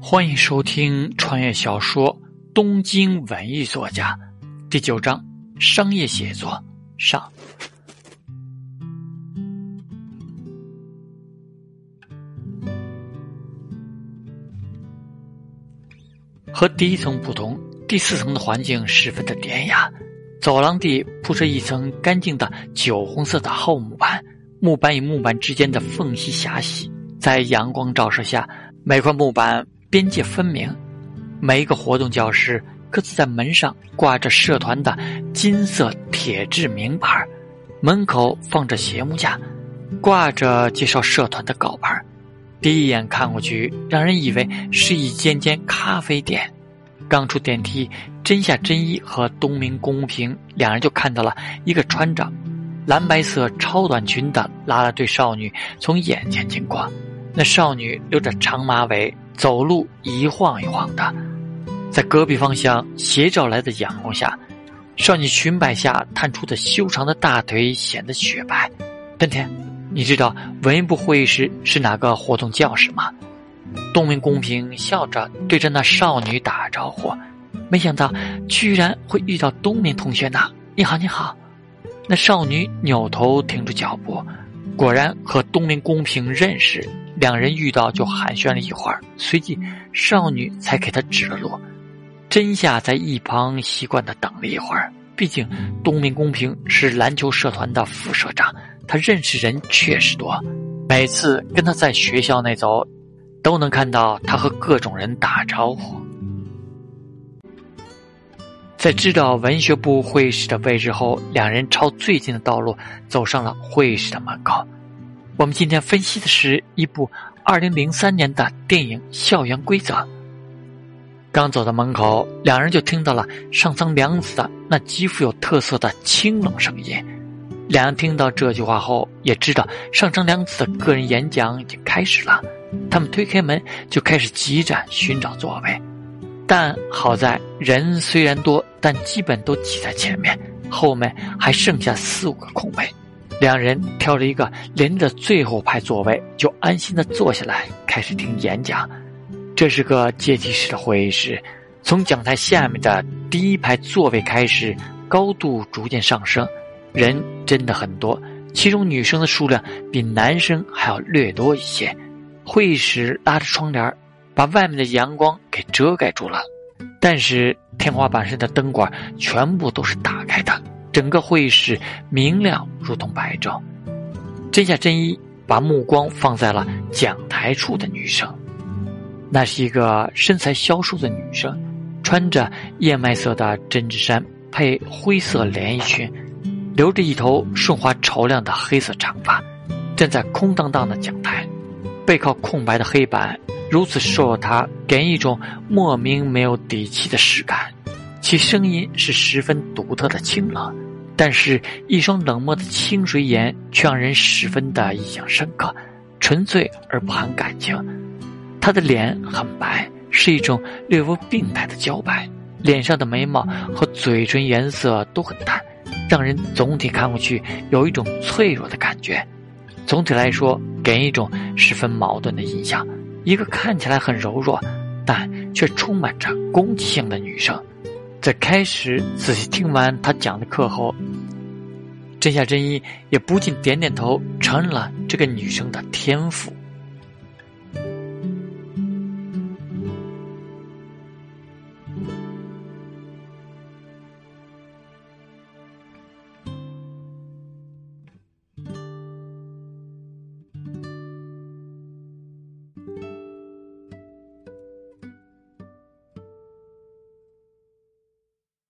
欢迎收听穿越小说《东京文艺作家》第9章商业写作上。和第一层不同，第4层的环境十分的典雅。走廊地铺着一层干净的酒红色的厚木板，木板与木板之间的缝隙狭细，在阳光照射下，每块木板边界分明。每一个活动教室各自在门上挂着社团的金色铁质名牌，门口放着斜木架，挂着介绍社团的告牌。第一眼看过去，让人以为是一间咖啡店。刚出电梯，真夏真一和东明公平两人就看到了一个穿着蓝白色超短裙的拉拉队少女从眼前经过。那少女留着长马尾，走路一晃一晃的，在隔壁方向斜照来的阳光下，少女裙摆下探出的修长的大腿显得雪白。真田，你知道文艺部会议室是哪个活动教室吗？东明公平笑着对着那少女打招呼，没想到居然会遇到东明同学呢。你好，你好。那少女扭头停住脚步，果然和东明公平认识，两人遇到就寒暄了一会儿，随即少女才给他指了路。真夏在一旁习惯地等了一会儿，毕竟东明公平是篮球社团的副社长，他认识人确实多，每次跟他在学校内走都能看到他和各种人打招呼。在知道文学部会议室的位置后，两人朝最近的道路走上了会议室的门口。我们今天分析的是一部2003年的电影《校园规则》。刚走到门口，两人就听到了上仓凉子的那极富有特色的清冷声音。两人听到这句话后，也知道上仓凉子的个人演讲已经开始了。他们推开门就开始急战寻找座位，但好在人虽然多，但基本都挤在前面，后面还剩下4、5个空位。两人挑了一个连着最后排座位，就安心地坐下来开始听演讲。这是个阶梯式的会议室，从讲台下面的第1排座位开始，高度逐渐上升，人真的很多，其中女生的数量比男生还要略多一些。会议室拉着窗帘，把外面的阳光给遮盖住了，但是天花板上的灯管全部都是打开的，整个会议室明亮如同白昼。真夏真一把目光放在了讲台处的女生，那是一个身材消瘦的女生，穿着燕麦色的针织衫配灰色连衣裙，留着一头顺滑绸亮的黑色长发，站在空荡荡的讲台，背靠空白的黑板，如此瘦的她给人一种莫名没有底气的实感。其声音是十分独特的清冷，但是一双冷漠的清水眼却让人十分的印象深刻，纯粹而不含感情。她的脸很白，是一种略微病态的焦白，脸上的眉毛和嘴唇颜色都很淡，让人总体看过去有一种脆弱的感觉。总体来说，给人一种十分矛盾的印象，一个看起来很柔弱，但却充满着攻击性的女生。在开始仔细听完她讲的课后，真夏真一也不禁点点头，承认了这个女生的天赋。